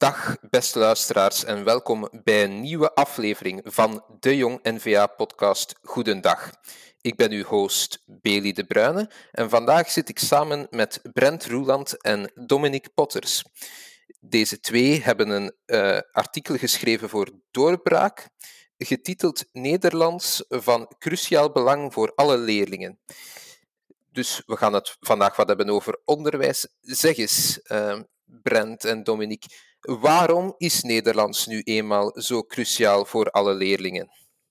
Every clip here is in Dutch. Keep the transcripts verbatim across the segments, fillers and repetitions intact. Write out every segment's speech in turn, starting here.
Dag beste luisteraars en welkom bij een nieuwe aflevering van de Jong N V A-podcast Goedendag. Ik ben uw host Beli de Bruyne en vandaag zit ik samen met Brent Roeland en Dominique Potters. Deze twee hebben een uh, artikel geschreven voor Doorbraak, getiteld Nederlands van cruciaal belang voor alle leerlingen. Dus we gaan het vandaag wat hebben over onderwijs. Zeg eens, uh, Brent en Dominique, waarom is Nederlands nu eenmaal zo cruciaal voor alle leerlingen?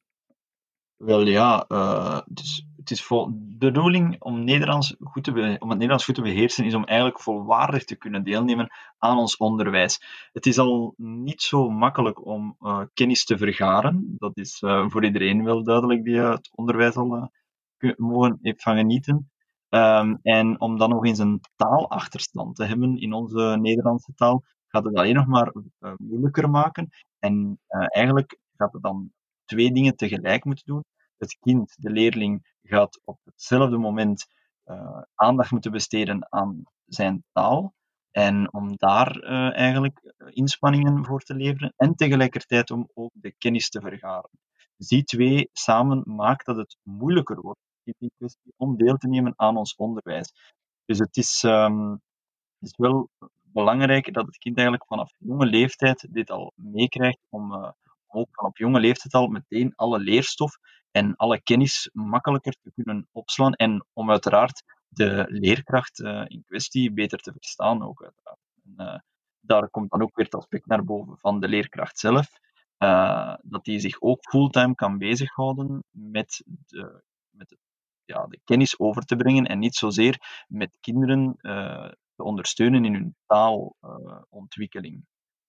Wel ja, uh, dus het is vol... de bedoeling om, Nederlands goed te be... om het Nederlands goed te beheersen is om eigenlijk volwaardig te kunnen deelnemen aan ons onderwijs. Het is al niet zo makkelijk om uh, kennis te vergaren. Dat is uh, voor iedereen wel duidelijk die uh, het onderwijs al uh, mogen heeft van genieten. Um, en om dan nog eens een taalachterstand te hebben in onze Nederlandse taal, gaat het alleen nog maar uh, moeilijker maken. En uh, eigenlijk gaat het dan twee dingen tegelijk moeten doen. Het kind, de leerling, gaat op hetzelfde moment uh, aandacht moeten besteden aan zijn taal. En om daar uh, eigenlijk inspanningen voor te leveren. En tegelijkertijd om ook de kennis te vergaren. Dus die twee samen maakt dat het moeilijker wordt in die kwestie om deel te nemen aan ons onderwijs. Dus het is, um, het is wel belangrijk dat het kind eigenlijk vanaf jonge leeftijd dit al meekrijgt om uh, ook van op jonge leeftijd al meteen alle leerstof en alle kennis makkelijker te kunnen opslaan en om uiteraard de leerkracht uh, in kwestie beter te verstaan ook uiteraard. En, uh, daar komt dan ook weer het aspect naar boven van de leerkracht zelf, uh, dat die zich ook fulltime kan bezighouden met de, met de, ja, de kennis over te brengen en niet zozeer met kinderen uh, te ondersteunen in hun taalontwikkeling.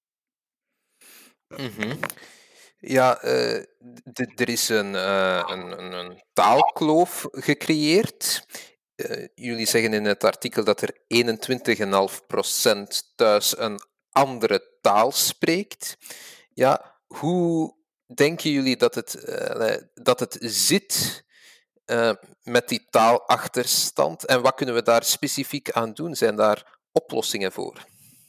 Uh, mm-hmm. Ja, uh, d- er is een, uh, een, een, een taalkloof gecreëerd. Uh, jullie zeggen in het artikel dat er eenentwintig komma vijf procent thuis een andere taal spreekt. Ja, hoe denken jullie dat het, uh, dat het zit uh, met die taalachterstand en wat kunnen we daar specifiek aan doen? Zijn daar oplossingen voor?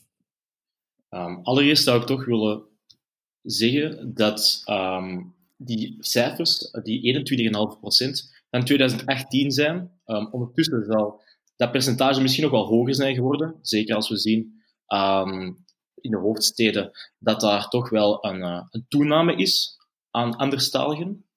Um, allereerst zou ik toch willen zeggen dat um, die cijfers, die eenentwintig komma vijf procent, van twintig achttien zijn. Um, ondertussen zal dat percentage misschien nog wel hoger zijn geworden. Zeker als we zien um, in de hoofdsteden dat daar toch wel een, uh, een toename is aan anderstaligen.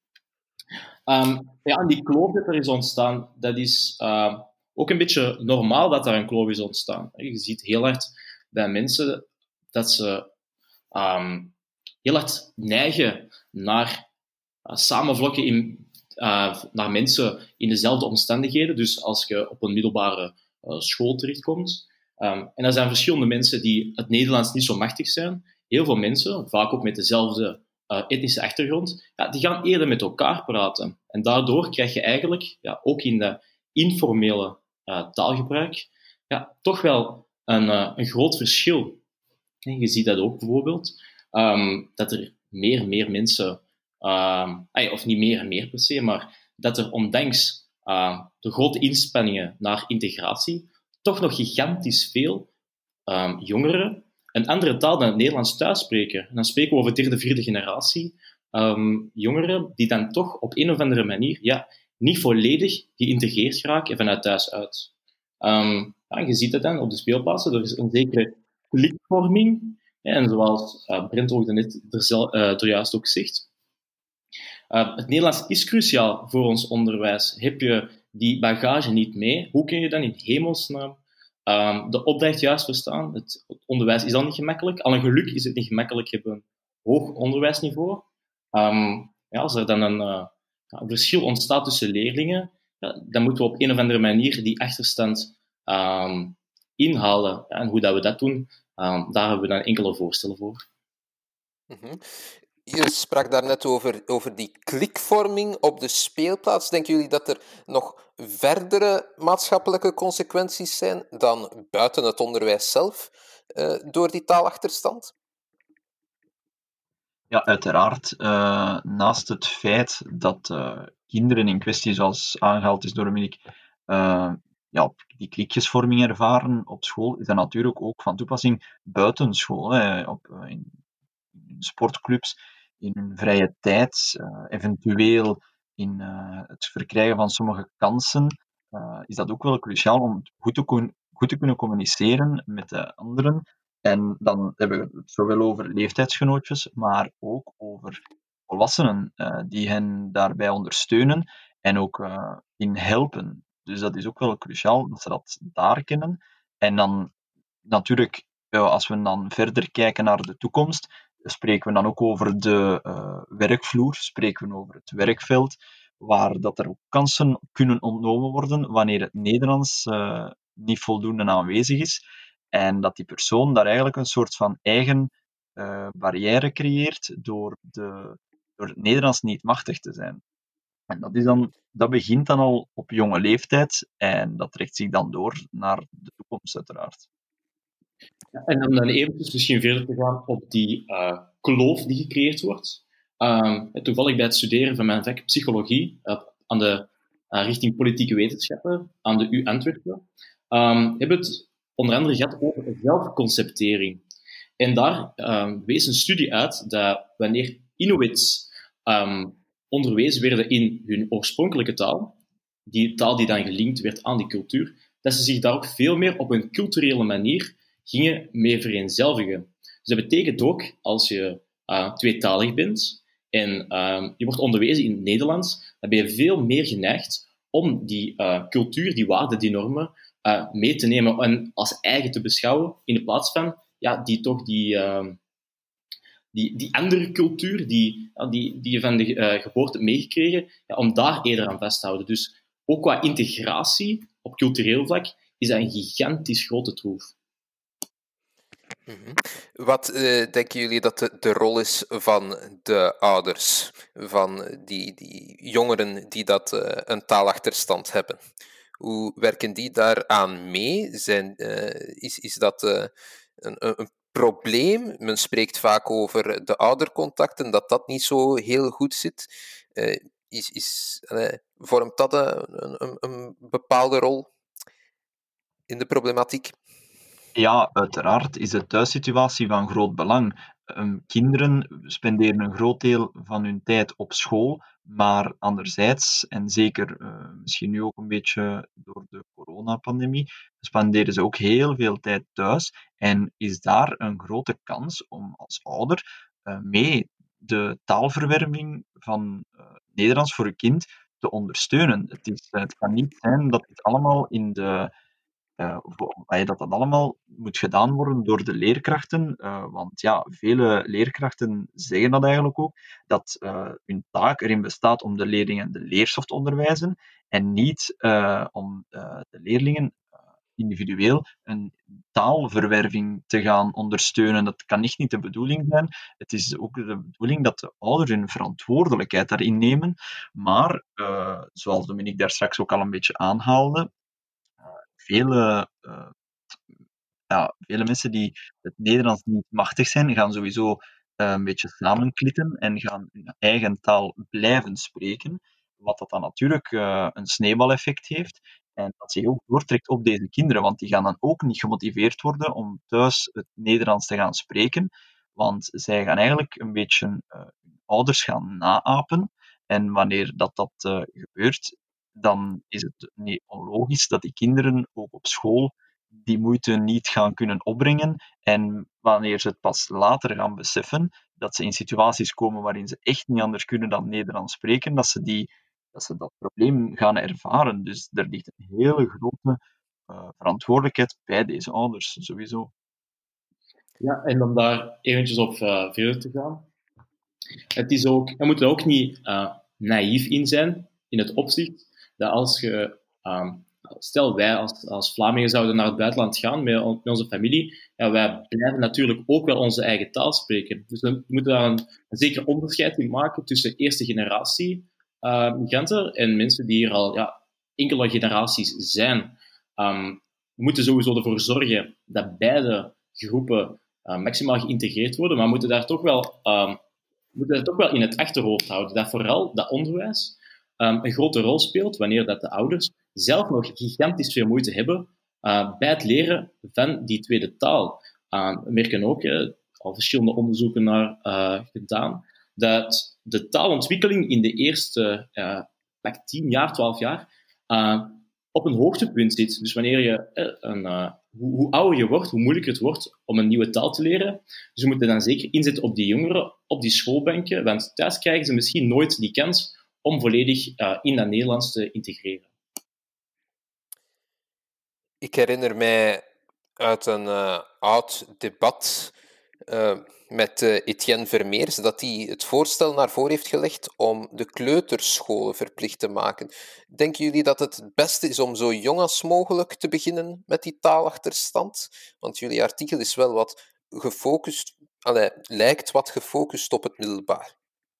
Um, ja, en die kloof dat er is ontstaan, dat is uh, ook een beetje normaal dat daar een kloof is ontstaan. Je ziet heel hard bij mensen dat ze um, heel hard neigen naar uh, samenvlokken in, uh, naar mensen in dezelfde omstandigheden. Dus als je op een middelbare uh, school terechtkomt. Um, en er zijn verschillende mensen die het Nederlands niet zo machtig zijn. Heel veel mensen, vaak ook met dezelfde uh, etnische achtergrond, ja, die gaan eerder met elkaar praten. En daardoor krijg je eigenlijk, ja, ook in de informele uh, taalgebruik, ja, toch wel een, uh, een groot verschil. En je ziet dat ook bijvoorbeeld, um, dat er meer en meer mensen, um, of niet meer en meer per se, maar dat er ondanks uh, de grote inspanningen naar integratie toch nog gigantisch veel um, jongeren een andere taal dan het Nederlands thuis spreken. En dan spreken we over derde, vierde generatie um, jongeren die dan toch op een of andere manier ja, niet volledig geïntegreerd geraken vanuit thuis uit. Um, ja, je ziet dat dan op de speelplaatsen. Er is een zekere klikvorming. En zoals uh, Brent ook net er, zel, uh, er juist ook zegt. Uh, het Nederlands is cruciaal voor ons onderwijs. Heb je die bagage niet mee, hoe kun je dan in hemelsnaam um, de opdracht juist verstaan? Het, het onderwijs is al niet gemakkelijk. Al een geluk is het niet gemakkelijk. Je hebt een hoog onderwijsniveau. Um, ja, als er dan een, uh, een verschil ontstaat tussen leerlingen, ja, dan moeten we op een of andere manier die achterstand um, inhalen. Ja, en hoe dat we dat doen, um, daar hebben we dan enkele voorstellen voor. Mm-hmm. Je sprak daarnet over, over die klikvorming op de speelplaats. Denken jullie dat er nog verdere maatschappelijke consequenties zijn dan buiten het onderwijs zelf uh, door die taalachterstand? Ja, uiteraard. Uh, naast het feit dat uh, kinderen in kwestie, zoals aangehaald is door Dominique, uh, ja, op die klikjesvorming ervaren op school, is dat natuurlijk ook van toepassing buiten school, hè, op, uh, in, in sportclubs, in hun vrije tijd, uh, eventueel in uh, het verkrijgen van sommige kansen, uh, is dat ook wel cruciaal om goed te, kun- goed te kunnen communiceren met de anderen. En dan hebben we het zowel over leeftijdsgenootjes, maar ook over volwassenen uh, die hen daarbij ondersteunen en ook uh, in helpen. Dus dat is ook wel cruciaal dat ze dat daar kennen. En dan natuurlijk, ja, als we dan verder kijken naar de toekomst, spreken we dan ook over de uh, werkvloer, spreken we over het werkveld, waar dat er ook kansen kunnen ontnomen worden wanneer het Nederlands uh, niet voldoende aanwezig is. En dat die persoon daar eigenlijk een soort van eigen uh, barrière creëert door, de, door het Nederlands niet machtig te zijn. En dat, is dan, dat begint dan al op jonge leeftijd en dat trekt zich dan door naar de toekomst, uiteraard. Ja, en om dan eventjes misschien verder te gaan op die uh, kloof die gecreëerd wordt. Um, toevallig bij het studeren van mijn vak psychologie uh, aan de, uh, richting politieke wetenschappen aan de U Antwerpen, um, hebben we het onder andere gehad over zelfconceptering. En daar um, wees een studie uit dat wanneer Inuits um, onderwezen werden in hun oorspronkelijke taal, die taal die dan gelinkt werd aan die cultuur, dat ze zich daar ook veel meer op een culturele manier gingen mee vereenzelvigen. Dus dat betekent ook, als je uh, tweetalig bent en uh, je wordt onderwezen in het Nederlands, dan ben je veel meer geneigd om die uh, cultuur, die waarden, die normen uh, mee te nemen en als eigen te beschouwen, in de plaats van ja, die toch die, uh, die, die andere cultuur die, ja, die, die je van de uh, geboorte hebt meegekregen, ja, om daar eerder aan vast te houden. Dus ook qua integratie op cultureel vlak is dat een gigantisch grote troef. Mm-hmm. Wat uh, denken jullie dat de, de rol is van de ouders, van die, die jongeren die dat, uh, een taalachterstand hebben? Hoe werken die daaraan mee? Zijn, uh, is, is dat uh, een, een probleem? Men spreekt vaak over de oudercontacten, dat dat niet zo heel goed zit. Uh, is, is, uh, vormt dat een, een, een bepaalde rol in de problematiek? Ja, uiteraard is de thuissituatie van groot belang. Um, kinderen spenderen een groot deel van hun tijd op school, maar anderzijds, en zeker uh, misschien nu ook een beetje door de coronapandemie, spenderen ze ook heel veel tijd thuis en is daar een grote kans om als ouder uh, mee de taalverwerving van uh, Nederlands voor je kind te ondersteunen. Het, is, het kan niet zijn dat dit allemaal in de Uh, dat dat allemaal moet gedaan worden door de leerkrachten, uh, want ja, vele leerkrachten zeggen dat eigenlijk ook, dat uh, hun taak erin bestaat om de leerlingen de leerstof te onderwijzen en niet uh, om uh, de leerlingen uh, individueel een taalverwerving te gaan ondersteunen. Dat kan echt niet de bedoeling zijn. Het is ook de bedoeling dat de ouders hun verantwoordelijkheid daarin nemen, maar uh, zoals Dominique daar straks ook al een beetje aanhaalde, Vele, uh, ja, vele mensen die het Nederlands niet machtig zijn, gaan sowieso uh, een beetje samenklitten en gaan hun eigen taal blijven spreken, wat dat dan natuurlijk uh, een sneeuwbaleffect heeft en dat zich ook doortrekt op deze kinderen, want die gaan dan ook niet gemotiveerd worden om thuis het Nederlands te gaan spreken, want zij gaan eigenlijk een beetje uh, hun ouders gaan naapen en wanneer dat, dat uh, gebeurt, dan is het niet onlogisch dat die kinderen ook op school die moeite niet gaan kunnen opbrengen. En wanneer ze het pas later gaan beseffen, dat ze in situaties komen waarin ze echt niet anders kunnen dan Nederlands spreken, dat ze, die, dat, ze dat probleem gaan ervaren. Dus er ligt een hele grote uh, verantwoordelijkheid bij deze ouders, sowieso. Ja, en om daar eventjes op uh, verder te gaan. Het is ook, je moet er ook niet uh, naïef in zijn, in het opzicht dat als je, um, stel wij als, als Vlamingen zouden naar het buitenland gaan met, met onze familie, ja, wij blijven natuurlijk ook wel onze eigen taal spreken. Dus we moeten daar een, een zeker onderscheid in maken tussen eerste generatie uh, migranten en mensen die hier al ja, enkele generaties zijn. Um, we moeten sowieso ervoor zorgen dat beide groepen uh, maximaal geïntegreerd worden, maar we moeten daar toch wel... Um, We moeten het toch wel in het achterhoofd houden, dat vooral dat onderwijs um, een grote rol speelt wanneer dat de ouders zelf nog gigantisch veel moeite hebben uh, bij het leren van die tweede taal. Uh, we merken ook, uh, al verschillende onderzoeken naar uh, gedaan, dat de taalontwikkeling in de eerste uh, like tien jaar, twaalf jaar uh, op een hoogtepunt zit. Dus wanneer je, uh, een, uh, hoe, hoe ouder je wordt, hoe moeilijker het wordt om een nieuwe taal te leren. Dus we moeten dan zeker inzetten op die jongeren, op die schoolbanken, want thuis krijgen ze misschien nooit die kans om volledig uh, in dat Nederlands te integreren. Ik herinner mij uit een uh, oud debat uh, met uh, Etienne Vermeers dat hij het voorstel naar voren heeft gelegd om de kleuterscholen verplicht te maken. Denken jullie dat het het beste is om zo jong als mogelijk te beginnen met die taalachterstand? Want jullie artikel is wel wat gefocust, allee, lijkt wat gefocust op het middelbaar.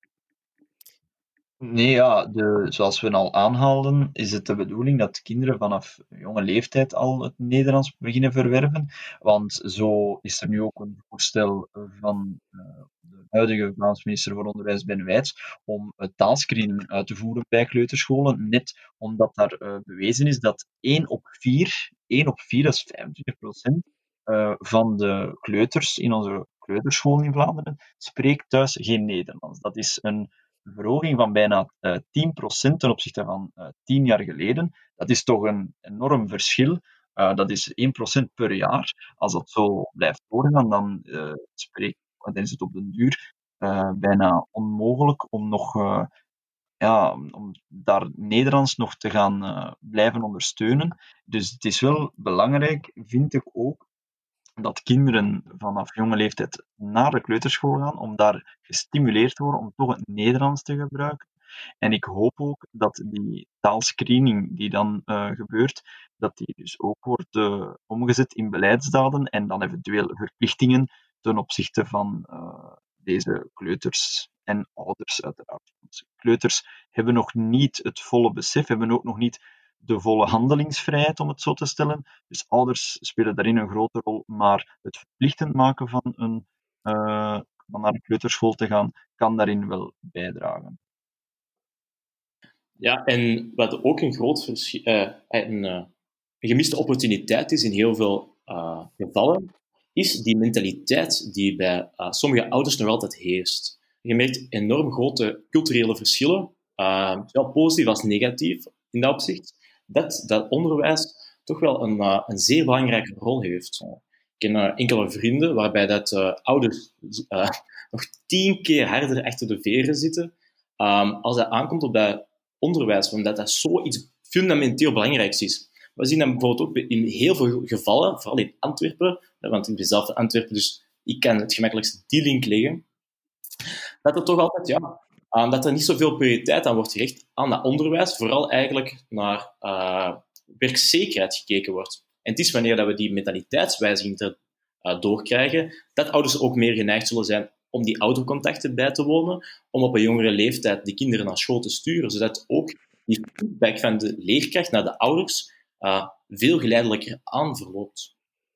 Nee, ja, de, zoals we al aanhaalden, is het de bedoeling dat kinderen vanaf jonge leeftijd al het Nederlands beginnen verwerven. Want zo is er nu ook een voorstel van uh, de huidige Vlaams minister voor Onderwijs, Ben Wijts, om uh, taalscreening uit te voeren bij kleuterscholen. Net omdat daar uh, bewezen is dat één op vier, één op vier, dat is vijfentwintig procent, uh, van de kleuters in onze kleuterscholen in Vlaanderen, spreekt thuis geen Nederlands. Dat is een een verhoging van bijna uh, tien procent ten opzichte van uh, tien jaar geleden. Dat is toch een enorm verschil. Uh, dat is één procent per jaar. Als dat zo blijft doorgaan, dan, uh, spreek, dan is het op den duur uh, bijna onmogelijk om nog uh, ja, om daar Nederlands nog te gaan uh, blijven ondersteunen. Dus het is wel belangrijk, vind ik ook, dat kinderen vanaf jonge leeftijd naar de kleuterschool gaan, om daar gestimuleerd te worden om toch het Nederlands te gebruiken. En ik hoop ook dat die taalscreening die dan uh, gebeurt, dat die dus ook wordt uh, omgezet in beleidsdaden en dan eventueel verplichtingen ten opzichte van uh, deze kleuters en ouders uiteraard. Want kleuters hebben nog niet het volle besef, hebben ook nog niet de volle handelingsvrijheid, om het zo te stellen. Dus ouders spelen daarin een grote rol, maar het verplichtend maken van, een, uh, van naar een kleuterschool te gaan, kan daarin wel bijdragen. Ja, en wat ook een groot verschil, uh, een, uh, een gemiste opportuniteit is in heel veel uh, gevallen, is die mentaliteit die bij uh, sommige ouders nog altijd heerst. Je merkt enorm grote culturele verschillen, uh, zowel positief als negatief in dat opzicht, dat dat onderwijs toch wel een, uh, een zeer belangrijke rol heeft. Ik ken uh, enkele vrienden waarbij dat, uh, ouders uh, nog tien keer harder achter de veren zitten um, als dat aankomt op dat onderwijs, omdat dat zoiets fundamenteel belangrijks is. We zien dat bijvoorbeeld ook in heel veel gevallen, vooral in Antwerpen, want ik ben zelf in Antwerpen, dus ik kan het gemakkelijkst die link leggen, dat er toch altijd, ja, uh, dat er niet zoveel prioriteit aan wordt gericht aan dat onderwijs, vooral eigenlijk naar uh, werkzekerheid gekeken wordt. En het is wanneer dat we die mentaliteitswijziging er uh, doorkrijgen, dat ouders ook meer geneigd zullen zijn om die oudercontacten bij te wonen, om op een jongere leeftijd de kinderen naar school te sturen, zodat ook die feedback van de leerkracht naar de ouders uh, veel geleidelijker aan verloopt.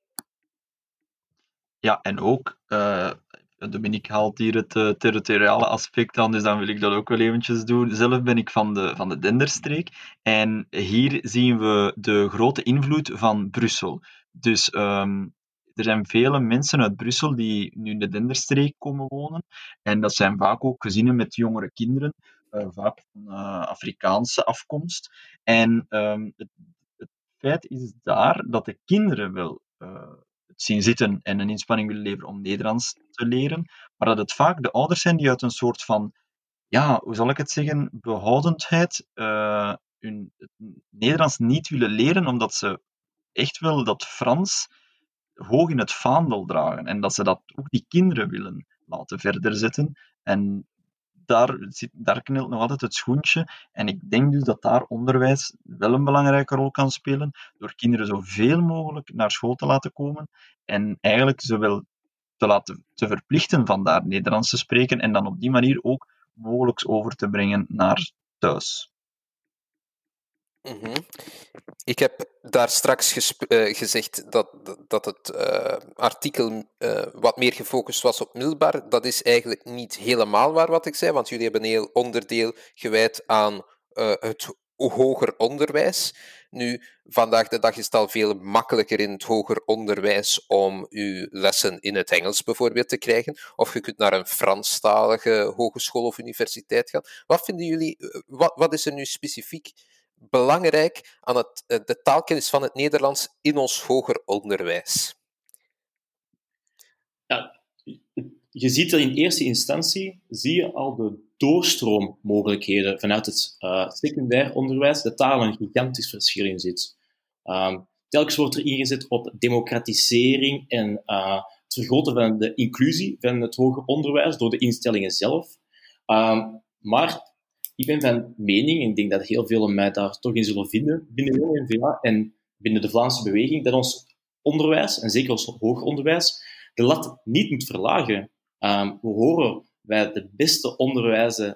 Ja, en ook, uh, Dominique haalt hier het uh, territoriale aspect aan, dus dan wil ik dat ook wel eventjes doen. Zelf ben ik van de, van de Denderstreek en hier zien we de grote invloed van Brussel. Dus um, er zijn vele mensen uit Brussel die nu in de Denderstreek komen wonen en dat zijn vaak ook gezinnen met jongere kinderen, uh, vaak van uh, Afrikaanse afkomst. En um, het, het feit is daar dat de kinderen wel uh, het zien zitten en een inspanning willen leveren om Nederlands te leren, maar dat het vaak de ouders zijn die uit een soort van, ja, hoe zal ik het zeggen, behoudendheid uh, hun het Nederlands niet willen leren, omdat ze echt wel dat Frans hoog in het vaandel dragen en dat ze dat ook die kinderen willen laten verder zetten. En daar, zit, daar knelt nog altijd het schoentje. En ik denk dus dat daar onderwijs wel een belangrijke rol kan spelen, door kinderen zoveel mogelijk naar school te laten komen en eigenlijk zowel te laten te verplichten van daar Nederlands te spreken en dan op die manier ook mogelijk over te brengen naar thuis. Mm-hmm. Ik heb daar straks gesp- uh, gezegd dat, dat het uh, artikel uh, wat meer gefocust was op middelbaar. Dat is eigenlijk niet helemaal waar wat ik zei, want jullie hebben een heel onderdeel gewijd aan uh, het hoger onderwijs. Nu, vandaag de dag is het al veel makkelijker in het hoger onderwijs om uw lessen in het Engels bijvoorbeeld te krijgen. Of je kunt naar een Franstalige hogeschool of universiteit gaan. Wat vinden jullie, wat, wat is er nu specifiek belangrijk aan het, de taalkennis van het Nederlands in ons hoger onderwijs? Ja, je ziet dat in eerste instantie, zie je al de doorstroommogelijkheden vanuit het uh, secundair onderwijs, dat daar al een gigantisch verschil in zit. Um, telkens wordt er ingezet op democratisering en uh, het vergroten van de inclusie van het hoger onderwijs door de instellingen zelf. Um, maar ik ben van mening, en ik denk dat heel veel mij daar toch in zullen vinden, binnen Jong N V A en binnen de Vlaamse beweging, dat ons onderwijs, en zeker ons hoger onderwijs, de lat niet moet verlagen. Um, we horen bij de beste onderwijzen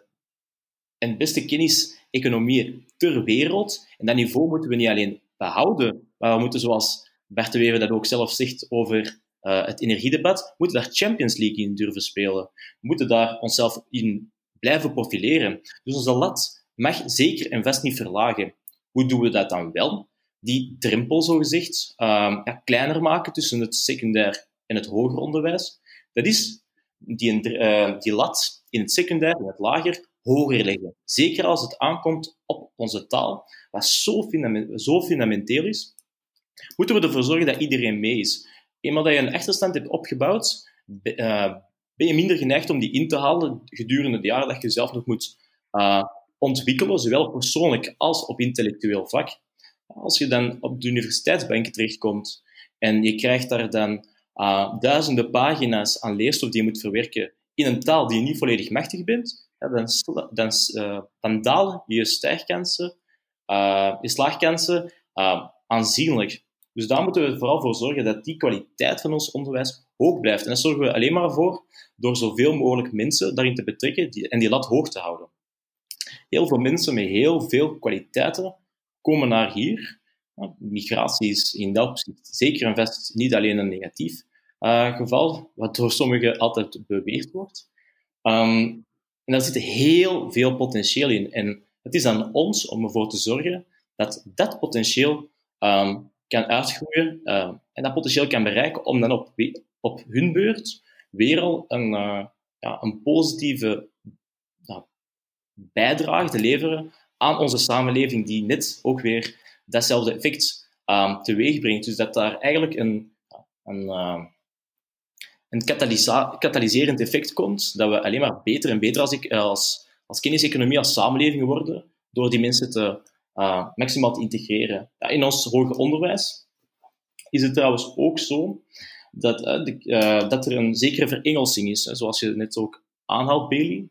en beste kenniseconomieën ter wereld. En dat niveau moeten we niet alleen behouden, maar we moeten, zoals Bert de Wever dat ook zelf zegt over uh, het energiedebat, we moeten daar Champions League in durven spelen. We moeten daar onszelf in blijven profileren. Dus onze lat mag zeker en vast niet verlagen. Hoe doen we dat dan wel? Die drempel, zogezegd, um, ja, kleiner maken tussen het secundair en het hoger onderwijs. Dat is die, uh, die lat in het secundair en het lager hoger leggen. Zeker als het aankomt op onze taal, wat zo, fundament, zo fundamenteel is, moeten we ervoor zorgen dat iedereen mee is. Eenmaal dat je een achterstand hebt opgebouwd, uh, ben je minder geneigd om die in te halen gedurende de jaren dat je zelf nog moet uh, ontwikkelen, zowel persoonlijk als op intellectueel vlak. Als je dan op de universiteitsbank terechtkomt en je krijgt daar dan uh, duizenden pagina's aan leerstof die je moet verwerken in een taal die je niet volledig machtig bent, ja, dan, dan, uh, dan dalen je stijgkansen, uh, je slaagkansen uh, aanzienlijk. Dus daar moeten we vooral voor zorgen dat die kwaliteit van ons onderwijs hoog blijft. En dat zorgen we alleen maar voor door zoveel mogelijk mensen daarin te betrekken die, en die lat hoog te houden. Heel veel mensen met heel veel kwaliteiten komen naar hier. Migratie is in dat opzicht zeker en vast niet alleen een negatief uh, geval, wat door sommigen altijd beweerd wordt. Um, en daar zit heel veel potentieel in. En het is aan ons om ervoor te zorgen dat dat potentieel um, kan uitgroeien uh, en dat potentieel kan bereiken om dan op, op hun beurt weer al een, uh, ja, een positieve uh, bijdrage te leveren aan onze samenleving, die net ook weer datzelfde effect um, teweeg brengt. Dus dat daar eigenlijk een, een, uh, een katalysa- katalyserend effect komt, dat we alleen maar beter en beter als, als, als kenniseconomie, als samenleving worden, door die mensen te, uh, maximaal te integreren. Ja, in ons hoger onderwijs is het trouwens ook zo dat, uh, de, uh, dat er een zekere verengelsing is, hè, zoals je net ook aanhaalt, Bailey.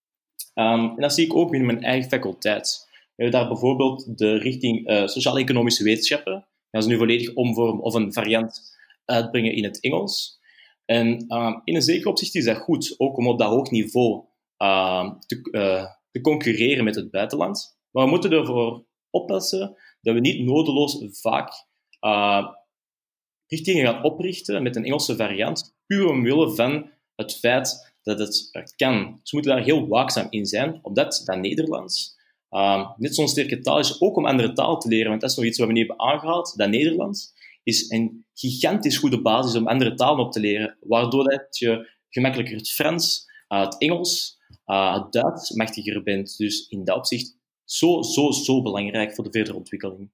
Um, en dat zie ik ook binnen mijn eigen faculteit. We hebben daar bijvoorbeeld de richting uh, sociaal-economische wetenschappen. Dat is nu volledig omvormen of een variant uitbrengen in het Engels. En uh, in een zeker opzicht is dat goed, ook om op dat hoog niveau uh, te, uh, te concurreren met het buitenland. Maar we moeten ervoor oppassen dat we niet nodeloos vaak uh, richtingen gaan oprichten met een Engelse variant, puur omwille van het feit dat het kan. Dus we moeten daar heel waakzaam in zijn, omdat dat Nederlands uh, net zo'n sterke taal is, ook om andere taal te leren, want dat is nog iets wat we niet hebben aangehaald. Dat Nederlands is een gigantisch goede basis om andere talen op te leren, waardoor dat je gemakkelijker het Frans, uh, het Engels, uh, het Duits machtiger bent. Dus in dat opzicht zo, zo, zo belangrijk voor de verdere ontwikkeling.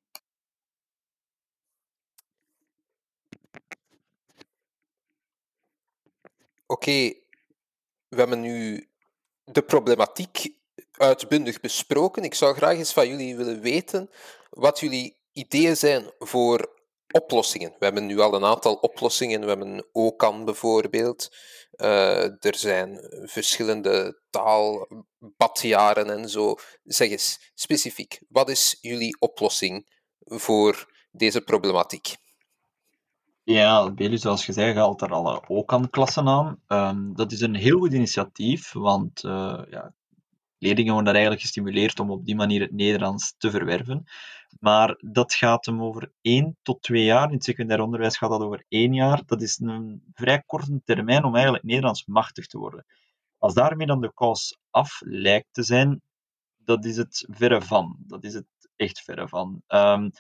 Oké, okay, we hebben nu de problematiek uitbundig besproken. Ik zou graag eens van jullie willen weten wat jullie ideeën zijn voor oplossingen. We hebben nu al een aantal oplossingen. We hebben O C A N bijvoorbeeld. Uh, er zijn verschillende taalbadjaren en zo. Zeg eens, specifiek, wat is jullie oplossing voor deze problematiek? Ja, Belu, zoals je zei, haalt er alle O C A N-klassen aan. Um, dat is een heel goed initiatief, want uh, ja, leerlingen worden eigenlijk gestimuleerd om op die manier het Nederlands te verwerven. Maar dat gaat hem over één tot twee jaar. In het secundair onderwijs gaat dat over één jaar. Dat is een vrij korte termijn om eigenlijk Nederlands machtig te worden. Als daarmee dan de kous af lijkt te zijn, dat is het verre van. Dat is het echt verre van. Um,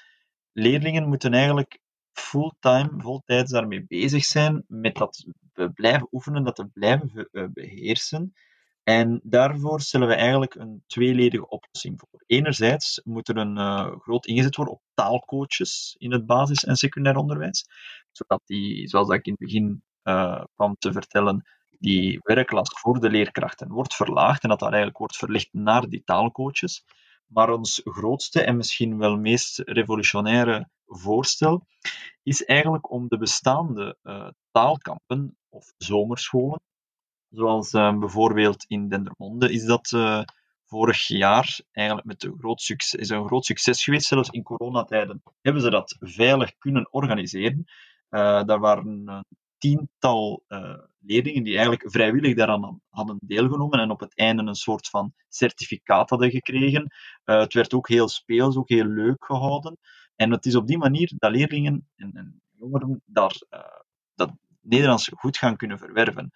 leerlingen moeten eigenlijk fulltime, voltijds daarmee bezig zijn, met dat te blijven oefenen, dat te blijven uh, beheersen. En daarvoor stellen we eigenlijk een tweeledige oplossing voor. Enerzijds moet er een uh, groot ingezet worden op taalcoaches in het basis- en secundair onderwijs, zodat die, zoals ik in het begin uh, kwam te vertellen, die werklast voor de leerkrachten wordt verlaagd en dat dat eigenlijk wordt verlegd naar die taalcoaches. Maar ons grootste en misschien wel meest revolutionaire voorstel is eigenlijk om de bestaande uh, taalkampen of zomerscholen, zoals uh, bijvoorbeeld in Dendermonde is dat uh, vorig jaar eigenlijk met een groot succes, is een groot succes geweest. Zelfs in coronatijden hebben ze dat veilig kunnen organiseren. Uh, daar waren een tiental uh, leerlingen die eigenlijk vrijwillig daaraan hadden deelgenomen en op het einde een soort van certificaat hadden gekregen. Uh, het werd ook heel speels, ook heel leuk gehouden. En het is op die manier dat leerlingen en, en jongeren daar, uh, dat Nederlands goed gaan kunnen verwerven.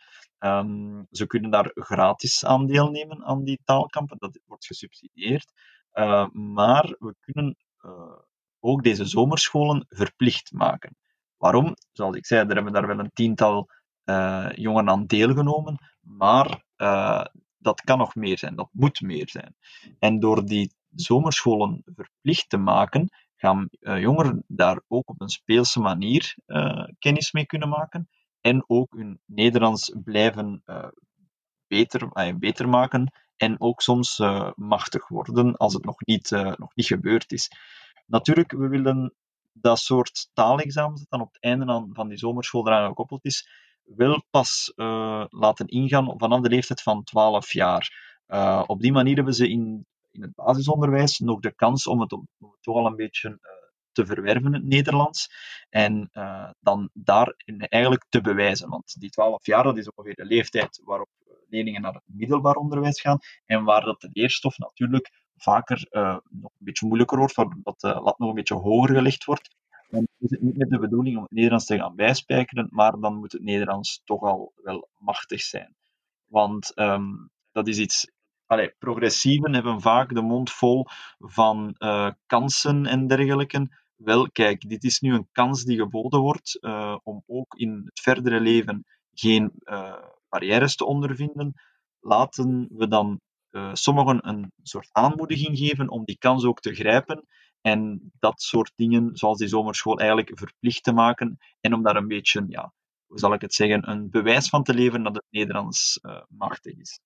Um, ze kunnen daar gratis aan deelnemen, aan die taalkampen. Dat wordt gesubsidieerd. Uh, maar we kunnen uh, ook deze zomerscholen verplicht maken. Waarom? Zoals ik zei, er hebben daar wel een tiental uh, jongeren aan deelgenomen, maar uh, dat kan nog meer zijn, dat moet meer zijn. En door die zomerscholen verplicht te maken, gaan uh, jongeren daar ook op een speelse manier uh, kennis mee kunnen maken en ook hun Nederlands blijven uh, beter, uh, beter maken en ook soms uh, machtig worden als het nog niet, uh, nog niet gebeurd is. Natuurlijk, we willen dat soort taalexamens dat dan op het einde van die zomerschool eraan gekoppeld is, wel pas uh, laten ingaan vanaf de leeftijd van twaalf jaar. Uh, op die manier hebben ze in, in het basisonderwijs nog de kans om het, om het toch al een beetje uh, te verwerven, het Nederlands, en uh, dan daar eigenlijk te bewijzen. Want die twaalf jaar, dat is ongeveer de leeftijd waarop leerlingen naar het middelbaar onderwijs gaan en waar dat de leerstof natuurlijk vaker uh, nog een beetje moeilijker wordt, waar dat de lat nog een beetje hoger gelegd wordt. Dan is het niet met de bedoeling om het Nederlands te gaan bijspijkeren, maar dan moet het Nederlands toch al wel machtig zijn. Want um, dat is iets... Allee, progressieven hebben vaak de mond vol van uh, kansen en dergelijke. Wel, kijk, dit is nu een kans die geboden wordt uh, om ook in het verdere leven geen uh, barrières te ondervinden. Laten we dan uh, sommigen een soort aanmoediging geven om die kans ook te grijpen en dat soort dingen, zoals die zomerschool, eigenlijk verplicht te maken en om daar een beetje, ja, hoe zal ik het zeggen, een bewijs van te leveren dat het Nederlands uh, machtig is.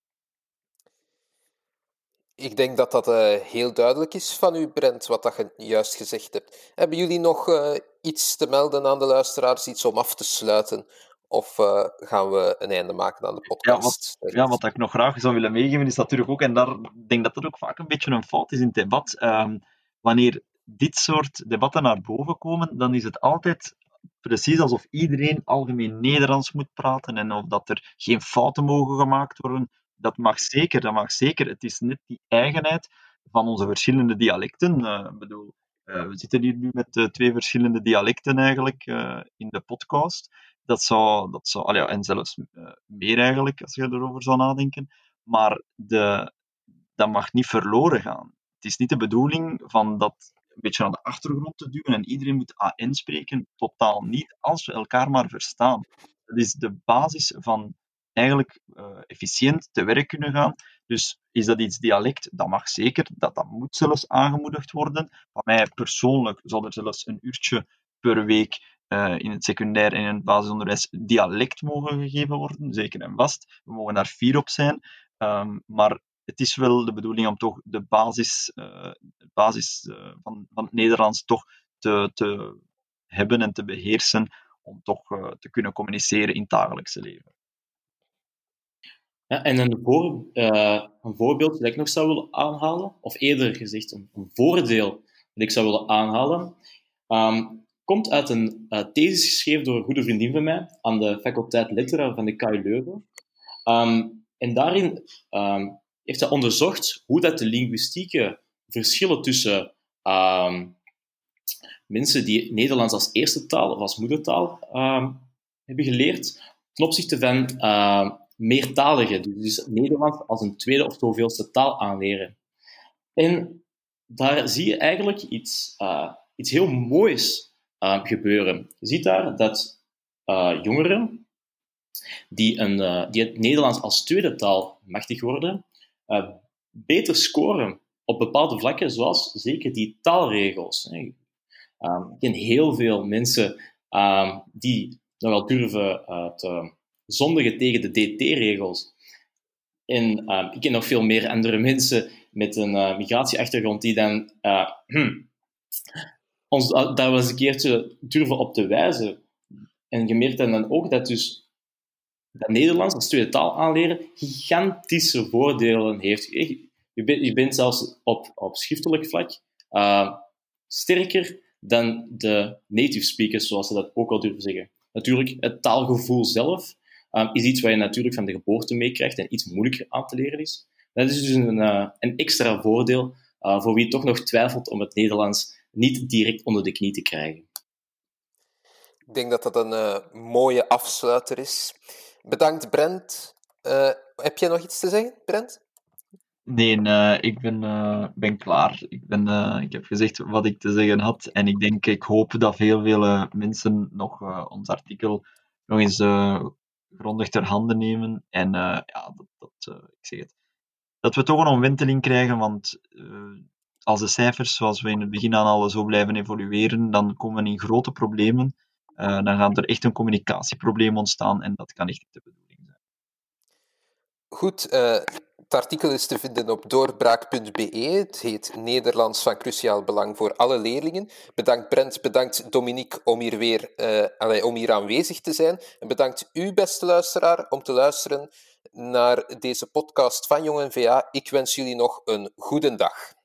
Ik denk dat dat uh, heel duidelijk is van u, Brent, wat dat je juist gezegd hebt. Hebben jullie nog uh, iets te melden aan de luisteraars, iets om af te sluiten? Of uh, gaan we een einde maken aan de podcast? Ja, wat, ja, wat ik nog graag zou willen meegeven is natuurlijk ook, en daar ik denk dat dat ook vaak een beetje een fout is in het debat, um, wanneer dit soort debatten naar boven komen, dan is het altijd precies alsof iedereen algemeen Nederlands moet praten en of dat er geen fouten mogen gemaakt worden. Dat mag zeker, dat mag zeker. Het is net die eigenheid van onze verschillende dialecten. Uh, bedoel, uh, we zitten hier nu met uh, twee verschillende dialecten eigenlijk uh, in de podcast. Dat zou, dat zou, ja, en zelfs uh, meer eigenlijk, als je erover zou nadenken. Maar de, dat mag niet verloren gaan. Het is niet de bedoeling van dat een beetje aan de achtergrond te duwen en iedereen moet A N spreken. Totaal niet, als we elkaar maar verstaan. Dat is de basis van eigenlijk uh, efficiënt te werk kunnen gaan. Dus is dat iets dialect? Dat mag zeker. Dat, dat moet zelfs aangemoedigd worden. Van mij persoonlijk zal er zelfs een uurtje per week uh, in het secundair en in het basisonderwijs dialect mogen gegeven worden. Zeker en vast. We mogen daar fier op zijn. Um, maar het is wel de bedoeling om toch de basis, uh, de basis uh, van, van het Nederlands toch te, te hebben en te beheersen om toch uh, te kunnen communiceren in het dagelijkse leven. Ja, en een, voor, uh, een voorbeeld dat ik nog zou willen aanhalen, of eerder gezegd een, een voordeel dat ik zou willen aanhalen, um, komt uit een uh, thesis geschreven door een goede vriendin van mij aan de faculteit Letteren van de K U Leuven. Um, en daarin um, heeft hij onderzocht hoe dat de linguïstieke verschillen tussen um, mensen die Nederlands als eerste taal of als moedertaal um, hebben geleerd, ten opzichte van uh, meertaligen, dus Nederlands als een tweede of zoveelste taal aanleren. En daar zie je eigenlijk iets uh, iets heel moois uh, gebeuren. Je ziet daar dat uh, jongeren die, een, uh, die het Nederlands als tweede taal machtig worden, uh, beter scoren op bepaalde vlakken, zoals zeker die taalregels. Um, ik ken heel veel mensen um, die nogal durven uh, te zondigen tegen de D T-regels. En uh, ik ken nog veel meer andere mensen met een uh, migratieachtergrond die dan uh, hmm, ons uh, daar wel eens een keertje durven op te wijzen. En je merkt dan ook dat dus dat Nederlands als tweede taal aanleren gigantische voordelen heeft. Je bent, je bent zelfs op, op schriftelijk vlak uh, sterker dan de native speakers, zoals ze dat ook al durven zeggen. Natuurlijk, het taalgevoel zelf um, is iets wat je natuurlijk van de geboorte meekrijgt en iets moeilijker aan te leren is. Dat is dus een, uh, een extra voordeel uh, voor wie toch nog twijfelt om het Nederlands niet direct onder de knie te krijgen. Ik denk dat dat een uh, mooie afsluiter is. Bedankt, Brent. Uh, heb jij nog iets te zeggen, Brent? Nee, uh, ik ben, uh, ben klaar. Ik, ben, uh, ik heb gezegd wat ik te zeggen had. En ik denk, ik hoop dat heel veel uh, mensen nog uh, ons artikel nog eens uh, grondig ter handen nemen. En uh, ja, dat, dat, uh, ik zeg het, dat we toch een omwenteling krijgen, want uh, als de cijfers, zoals we in het begin aan alle zo blijven evolueren, dan komen we in grote problemen. Uh, dan gaat er echt een communicatieprobleem ontstaan en dat kan echt niet de bedoeling zijn. Goed, uh, het artikel is te vinden op doorbraak punt be. Het heet Nederlands van cruciaal belang voor alle leerlingen. Bedankt Brent, bedankt Dominique om hier weer uh, allee, om hier aanwezig te zijn. En bedankt u, beste luisteraar, om te luisteren naar deze podcast van Jong N V A. Ik wens jullie nog een goede dag.